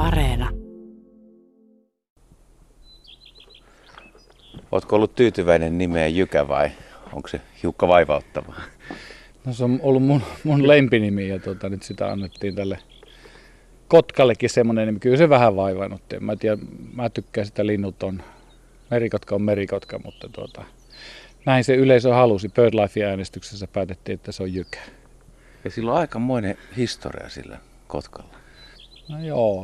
Areena. Ootko ollut tyytyväinen nimeen Jykä vai onko se hiukka vaivauttavaa? No se on ollut mun lempinimi ja nyt sitä annettiin tälle Kotkallekin semmoinen nimi. Kyllä se vähän vaivannutti. Mä tykkään sitä linnut on. Merikotka on merikotka, mutta näin se yleisö halusi. BirdLife-äänestyksessä päätettiin, että se on Jykä. Ja sillä on aikamoinen historia sillä kotkalla. No joo,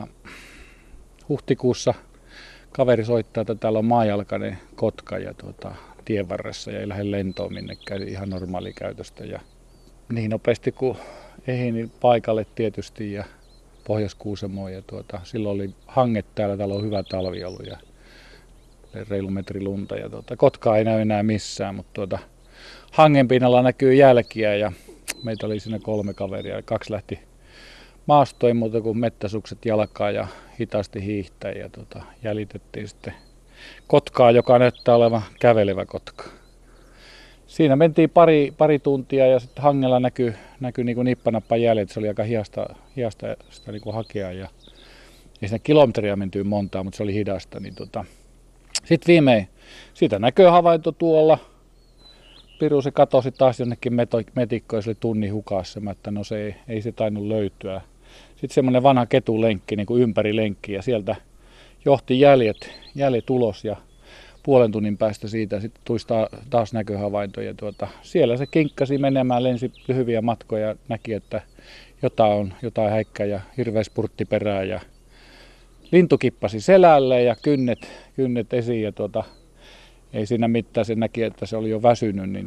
huhtikuussa kaveri soittaa, että täällä on maajalkainen kotka ja tien varressa ja ei lähde lentoon minnekään, ihan normaali käytöstä. Ja niin nopeasti kuin ehdin paikalle tietysti ja Pohjois-Kuusamoon ja silloin oli hanget täällä on hyvä talvi ollut ja reilu metri lunta ja kotkaa ei näy enää missään, mutta hangen pinnalla näkyy jälkiä ja meitä oli siinä 3 kaveria ja 2 lähti maastoin muuta kuin mettäsukset jalkaa ja hitaasti hiihtää ja jäljitettiin sitten kotkaa, joka näyttää olevan kävelevä kotka. Siinä mentiin pari tuntia ja sitten hangella näkyi niin kuin nippanappa jäljet, se oli aika hidasta sitä niin kuin hakea ja ei siinä kilometriä mentyy montaa, mutta se oli hidasta. Niin sitten viimein siitä näköhavainto tuolla. Piru se katosi taas jonnekin metikkoon ja se oli tunnin hukassa, että no se ei se tainnut löytyä. Sitten semmoinen vanha ketulenkki, niin kuin ympärilenkki ja sieltä johti jäljet ulos ja puolen tunnin päästä siitä sitten tuli taas näköhavainto. Ja siellä se kinkkasi menemään, lensi lyhyviä matkoja ja näki, että jotain häikkää ja hirveä spurtti perään ja lintu kippasi selälle ja kynnet esiin ja ei siinä mitään, se näki, että se oli jo väsynyt, niin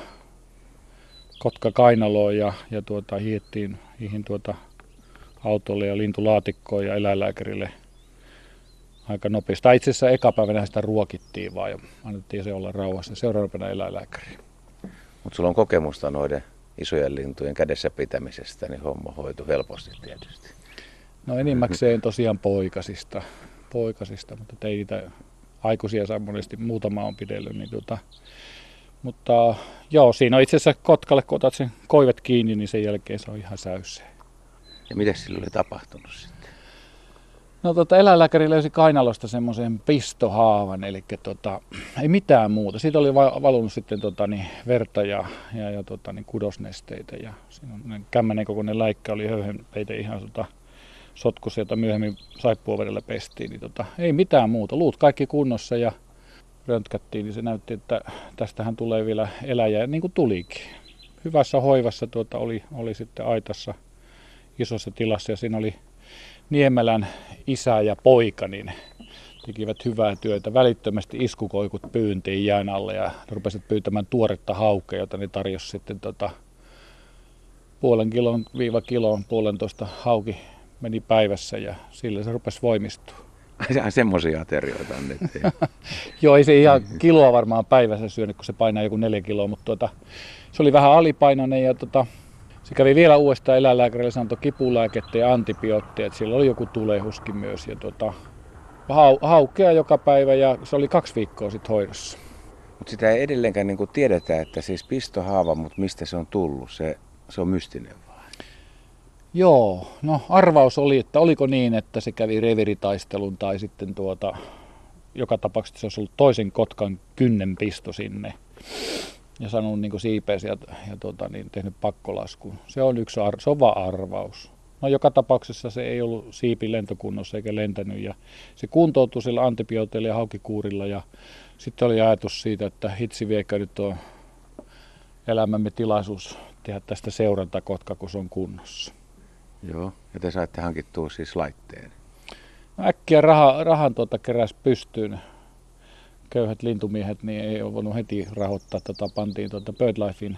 kotka kainaloon ja hiihin autolle ja lintulaatikkoon ja eläinlääkärille aika nopeasti. Itse asiassa eka päivänä sitä ruokittiin vaan ja annettiin se olla rauhassa. Seuraavana eläinlääkäriin. Mutta sulla on kokemusta noiden isojen lintujen kädessä pitämisestä, niin homma hoitui helposti tietysti. No enimmäkseen tosiaan poikasista, mutta ei niitä aikuisia saa monesti, muutama on pidellyt. Niin mutta joo, siinä on itse asiassa kotkalle, kun otat sen koivet kiinni, niin sen jälkeen se on ihan säysseen. Ja mitä sillä oli tapahtunut sitten? No eläinlääkäri löysi kainalosta semmoisen pistohaavan, eli ei mitään muuta. Siitä oli valunut sitten verta ja kudosnesteitä ja siinä on kämmänen kokoinen läikkä oli höyhenpeite ihan sotkussa, jota myöhemmin saippuavedellä pestiin. Niin ei mitään muuta. Luut kaikki kunnossa ja röntkättiin, niin se näytti, että tästähän tulee vielä eläjä, niin kuin tulikin. Hyvässä hoivassa oli sitten aitassa isossa tilassa ja siinä oli Niemelän isä ja poika, niin tekivät hyvää työtä. Välittömästi iskukoikut pyyntiin jään alle ja rupesivat pyytämään tuoretta haukea, jota ne tarjosi sitten puolen kilon kiloon, 1,5 hauki meni päivässä ja sillä se rupesi voimistumaan. Semmoisia aterioita annettiin. Joo, ei se ihan kiloa varmaan päivässä syönyt, kun se painaa joku 4 kiloa, mutta se oli vähän alipainoinen ja se kävi vielä uudestaan eläinlääkärille, se antoi kipulääkettä ja antibiootteja, että sillä oli joku tulehuskin myös. Ja haukea joka päivä ja se oli 2 viikkoa sitten hoidossa. Mutta sitä ei edelleenkään niin tiedetä, että siis pistohaava, mutta mistä se on tullut, se on mystinen vaan. Joo, no arvaus oli, että oliko niin, että se kävi reviritaistelun tai sitten joka tapauksessa se olisi ollut toisen kotkan kynnenpisto sinne. Ja sanonut niin siipeesi ja tehnyt pakkolaskun. Se on se on vaan arvaus. No joka tapauksessa se ei ollut siipi lentokunnossa eikä lentänyt ja se kuntoutui sillä antibiooteilla ja haukikuurilla ja sitten oli ajatus siitä, että hitsi viekö nyt on elämämme tilaisuus tehdä tästä seurantakotka, kun se on kunnossa. Joo, ja te saitte hankittua siis laitteen. No äkkiä rahan keräsi pystyyn. Köyhät lintumiehet niin ei ole voinut heti rahoittaa. Pantiin BirdLifein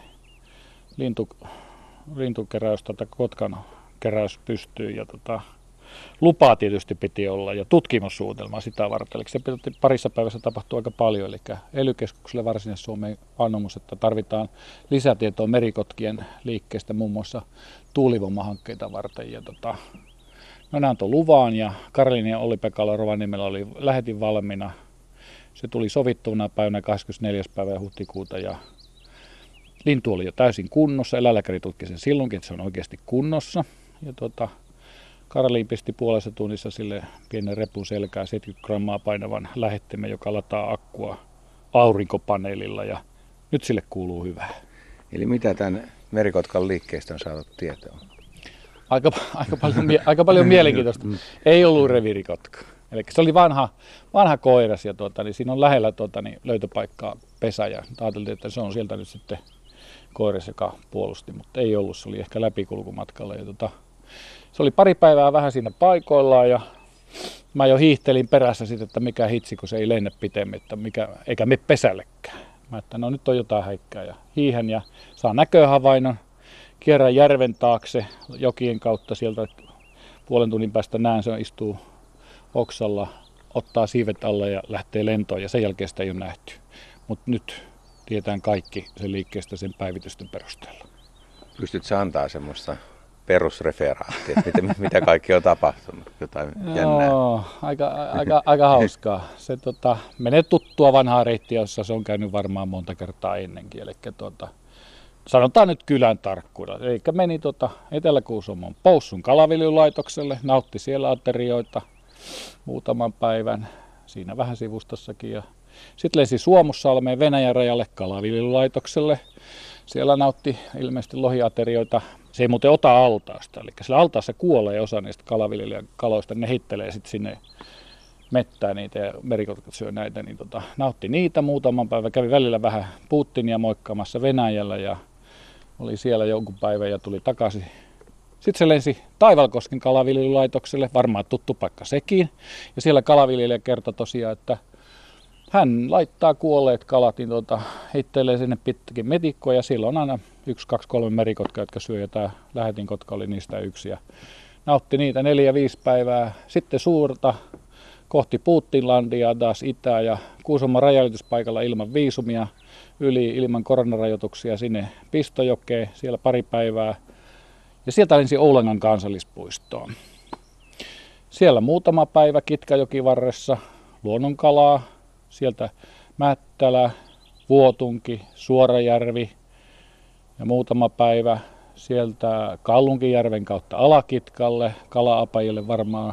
lintukeräys, kotkan keräys pystyyn ja lupaa tietysti piti olla ja tutkimussuunnitelma sitä varten. Eli se parissa päivässä tapahtui aika paljon. Eli ELY-keskukselle Varsinais-Suomeen anomus, että tarvitaan lisätietoa merikotkien liikkeestä muun muassa tuulivoimahankkeita varten. Ja no ne antoi luvan ja Karolin ja Olli-Pekalla Rovaniemellä oli lähetin valmiina. Se tuli sovittuna päivänä 24. päivä huhtikuuta ja lintu oli jo täysin kunnossa. Eläinlääkäri tutki sen silloinkin, että se on oikeasti kunnossa. Ja Karoliin pisti puolessa tunnissa sille pienen repun selkään 70 grammaa painavan lähettimen, joka lataa akkua aurinkopaneelilla ja nyt sille kuuluu hyvää. Eli mitä tämän merikotkan liikkeestä on saatu tietoa? Aika paljon mielenkiintoista. Ei ollut reviirikotka. Eli se oli vanha koiras ja niin siinä on lähellä löytöpaikkaa pesä ja ajateltiin, että se on sieltä nyt sitten koiras, joka puolusti, mutta ei ollut. Se oli ehkä läpikulkumatkalla. Ja se oli pari päivää vähän siinä paikoillaan ja mä jo hiihtelin perässä sitten, että mikä hitsi, kun se ei lennä pitemmittä, eikä mene pesällekään. Mä että no nyt on jotain häikkää ja hiihän ja saa näköhavainnon. Kierrän järven taakse jokien kautta sieltä puolen tunnin päästä näen, se istuu oksalla, ottaa siivet alle ja lähtee lentoon ja sen jälkeen sitä ei ole nähty. Mutta nyt tietään kaikki sen liikkeestä sen päivitysten perusteella. Pystytkö antaa semmoista perusreferaattia, että mitä kaikki on tapahtunut? Jotain jännää? Joo, aika hauskaa. Se menee tuttua vanhaa reittiä, jossa se on käynyt varmaan monta kertaa ennenkin. Eli sanotaan nyt kylän tarkkuudella. Eli meni Etelä-Kuusamon Poussun kalaviljelylaitokselle, nautti siellä aterioita muutaman päivän, siinä vähän sivustossakin. Ja sitten lensi Suomussalmeen Venäjän rajalle kalaviljelylaitokselle. Siellä nautti ilmeisesti lohiaterioita. Se ei muuten ota altaasta, eli sillä altaassa kuolee osa niistä kalaviljelijän kaloista, ne hittelee sitten sinne mettään niitä ja merikotkat syö näitä, niin nautti niitä muutaman päivän. Kävi välillä vähän Putinia moikkaamassa Venäjällä ja oli siellä jonkun päivän ja tuli takaisin. Sitten se lensi Taivalkosken kalaviljelylaitokselle, varmaan tuttu paikka sekin. Ja siellä kalaviljelijä kertoi tosiaan, että hän laittaa kuolleet kalat, niin heittelee sinne pitkin metikkoa ja siellä on aina 1, 2, 3 merikotkaa, jotka syö ja tämä lähetinkotka oli niistä yksi. Ja nautti niitä 4-5 päivää. Sitten suurta kohti Putinlandia taas itään ja Kuusamon rajanylityspaikalla ilman viisumia yli ilman koronarajoituksia sinne Pistojokeen, siellä pari päivää. Ja sieltä lensi Oulangan kansallispuistoon. Siellä muutama päivä Kitkajokivarressa luonnonkalaa, sieltä Mättälä, Vuotunki, Suorajärvi ja muutama päivä sieltä Kallunkijärven kautta Alakitkalle, kala-apajille varmaan.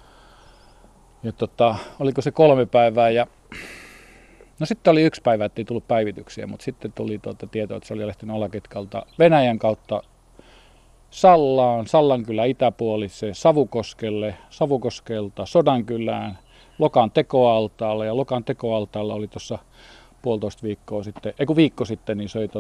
Ja oliko se 3 päivää ja no sitten oli 1 päivä, ettei tullut päivityksiä, mutta sitten tuli tietoa, että se oli lähtenyt Alakitkalta Venäjän kautta Sallaan, Sallankylän itäpuoliseen Savukoskelle, Savukoskelta Sodankylään, Lokan tekoaltaalle ja Lokan tekoaltaalla oli tuossa viikko sitten, niin söi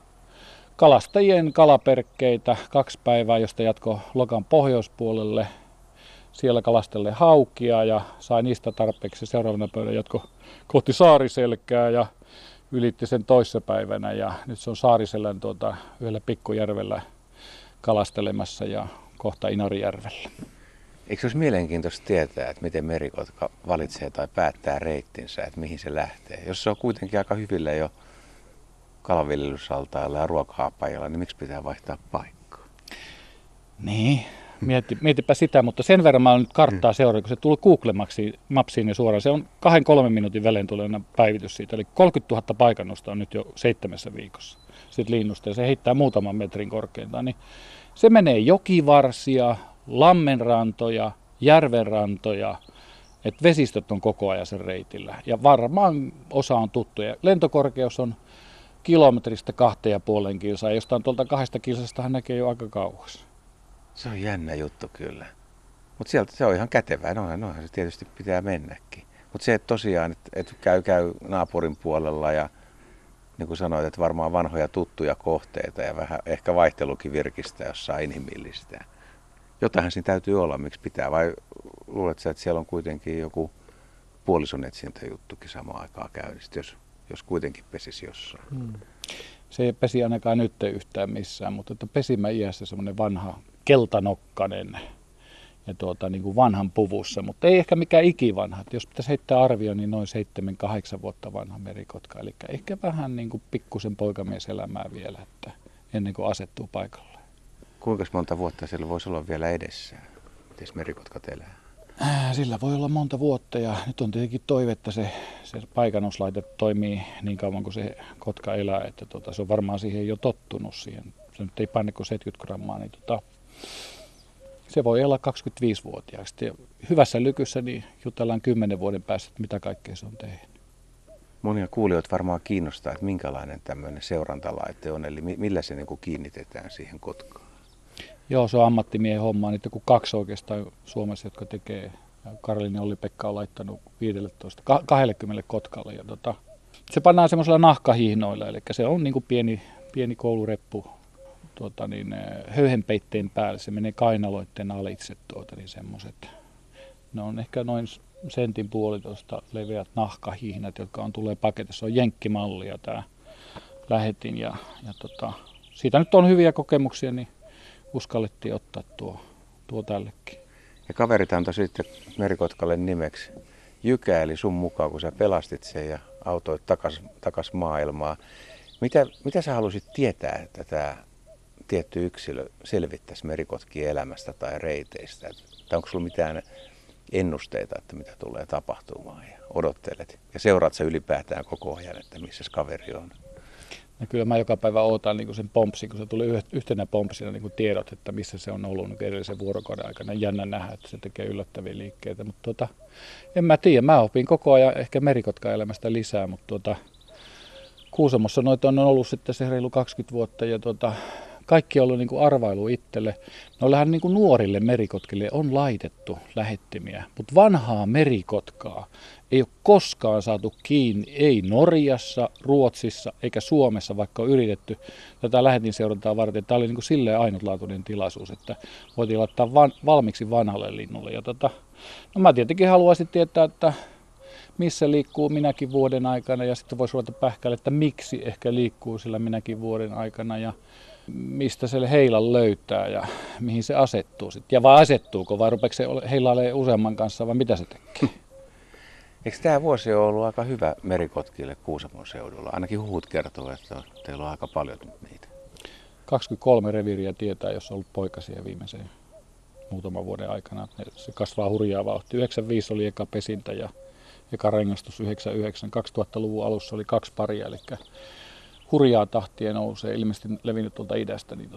kalastajien kalaperkkeitä 2 päivää, josta jatko Lokan pohjoispuolelle. Siellä kalastelle haukia ja sai niistä tarpeeksi. Seuraavana päivänä jatko kohti Saariselkää ja ylitti sen toissapäivänä. Ja nyt se on Saariselän yhdellä pikkujärvellä kalastelemassa ja kohta Inarijärvellä. Eikö se olisi mielenkiintoista tietää, että miten merikotka valitsee tai päättää reittinsä, että mihin se lähtee? Jos se on kuitenkin aika hyvillä jo kalaviljelysaltailla ja ruoka-apajilla, niin miksi pitää vaihtaa paikkaa? Niin, mietipä sitä, mutta sen verran mä oon nyt karttaa seurannut, kun se tuli Google Mapsiin ja suoraan. Se on 2-3 minuutin välein tulee päivitys siitä, eli 30 000 paikannusta on nyt jo 7 viikossa. Sitten linnusta ja se heittää muutaman metrin korkeintaan, niin se menee jokivarsia, lammenrantoja, järvenrantoja, että vesistöt on koko ajan sen reitillä. Ja varmaan osa on tuttuja. Lentokorkeus on kilometristä 2,5 kilsaa, ja jostain tuolta 2 kilsastahan näkee jo aika kauas. Se on jännä juttu kyllä. Mutta sieltä se on ihan kätevää, noinhan se tietysti pitää mennäkin. Mutta se, että tosiaan, että käy naapurin puolella ja niin kuin sanoit, että varmaan vanhoja tuttuja kohteita ja vähän ehkä vaihtelukin virkistä, jos saa inhimillistä. Jotainhan siinä täytyy olla, miksi pitää, vai luuletko, että siellä on kuitenkin joku puolisonetsintäjuttukin samaan aikaan käynnissä, jos kuitenkin pesisi jossain? Se ei pesi ainakaan nyt yhtään missään, mutta että pesimäiässä semmoinen vanha keltanokkanen ja niin kuin vanhan puvussa, mutta ei ehkä mikään ikivanha. Jos pitäisi heittää arvio, niin noin 7-8 vuotta vanha merikotka, eli ehkä vähän niin kuin pikkusen poikamieselämää vielä, että ennen kuin asettuu paikalle. Kuinka monta vuotta siellä voisi olla vielä edessä, miten merikotkat elää? Sillä voi olla monta vuotta ja nyt on tietenkin toive, että se paikannuslaite toimii niin kauan kuin se kotka elää, että se on varmaan siihen jo tottunut siihen. Se nyt ei paine kuin 70 grammaa, niin se voi olla 25-vuotiaaksi. Ja hyvässä lykyssä niin jutellaan 10 vuoden päästä, että mitä kaikkea se on tehnyt. Monia kuulijoita varmaan kiinnostaa, että minkälainen tämmöinen seurantalaite on, eli millä se niin kuin kiinnitetään siihen kotkaan? Joo, se on ammattimiehen homma. Niitä kuin 2 oikeastaan Suomessa, jotka tekee. Karolin ja Olli-Pekka on laittanut 20 kotkalle. Ja se pannaan semmoisella nahkahihnoilla, eli se on niin kuin pieni koulureppu höyhenpeitteen päälle. Se menee kainaloitten alitse niin semmoiset. Ne on ehkä noin sentin puolitoista leveät nahkahihnat, jotka tulee paketissa. Se on jenkkimallia tämä lähetin ja siitä nyt on hyviä kokemuksia, niin uskallettiin ottaa tuo tällekin. Ja kaverit antoi sitten merikotkalle nimeksi Jykä, eli sun mukaan, kun sä pelastit sen ja autoit takas maailmaa. Mitä sä halusit tietää, että tämä tietty yksilö selvittäisi merikotkien elämästä tai reiteistä? Tai onko sulla mitään ennusteita, että mitä tulee tapahtumaan ja odottelet? Ja seuraat sä ylipäätään koko ajan, että missä kaveri on? No kyllä mä joka päivä odotan niin sen pompsin, kun se tuli yhtenä pompsina niin tiedot, että missä se on ollut niin edellisen vuorokauden aikana. Jännä nähdä, että se tekee yllättäviä liikkeitä, mutta en mä tiedä. Mä opin koko ajan ehkä merikotkaelämästä lisää, mutta Kuusamossa noita on ollut sitten se reilu 20 vuotta ja kaikki on ollut niin kuin arvailu itselle. Noillehan niin kuin nuorille merikotkille on laitettu lähettimiä, mutta vanhaa merikotkaa ei ole koskaan saatu kiinni, ei Norjassa, Ruotsissa eikä Suomessa, vaikka on yritetty tätä lähetinseurantaa varten. Tämä oli niin kuin silleen ainutlaatuinen tilaisuus, että voitiin laittaa valmiiksi vanhalle linnulle. Ja no mä tietenkin haluaisin tietää, että missä liikkuu minäkin vuoden aikana ja sitten voisi ruveta pähkäillä, että miksi ehkä liikkuu sillä minäkin vuoden aikana ja mistä se heilan löytää ja mihin se asettuu sitten. Ja vai asettuuko vai rupeeko se heilailemaan useamman kanssa vai mitä se tekee? Eikö tämä vuosi ole ollut aika hyvä merikotkille Kuusamon seudulla? Ainakin huhut kertoo, että teillä on aika paljon niitä. 23 reviiriä tietää, jos on ollut poikasia viimeisen muutaman vuoden aikana. Se kasvaa hurjaa vauhtia. 95 oli eka pesintä ja eka rengastus 99. 2000-luvun alussa oli 2 paria, eli hurjaa tahtia nousee, ilmeisesti levinnyt tuolta idästä, niin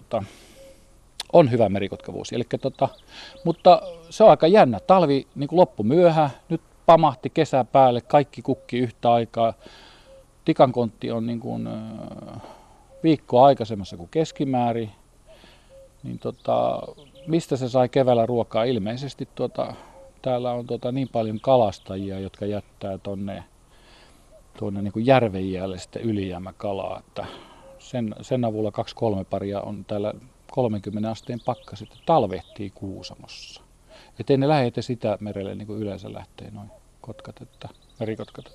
on hyvä merikotkavuosi. Mutta se on aika jännä. Talvi niin kuin loppu myöhä, nyt pamahti kesä päälle, kaikki kukki yhtä aikaa. Tikankontti on niin kuin viikkoa aikaisemmassa kuin keskimäärin. Niin mistä se sai keväällä ruokaa? Ilmeisesti täällä on niin paljon kalastajia, jotka jättää tuonne niin kuin järvenjäälle sitten ylijäämäkalaa, että sen avulla 2-3 paria on täällä 30 asteen pakkaset talvehtii Kuusamossa. Et ei ne lähde sitä merelle niin kuin yleensä lähtee noin merikotkat.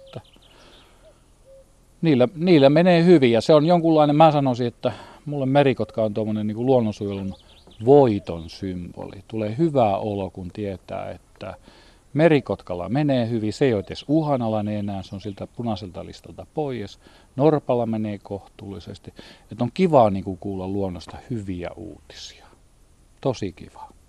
Niillä menee hyvin ja se on jonkunlainen, mä sanoisin, että mulle merikotka on tuommoinen niin kuin luonnonsuojelun voiton symboli. Tulee hyvä olo, kun tietää, että merikotkalla menee hyvin, se ei ole edes uhanalainen enää, se on siltä punaiselta listalta pois. Norpalla menee kohtuullisesti. Et on kivaa niin kuin kuulla luonnosta hyviä uutisia. Tosi kiva.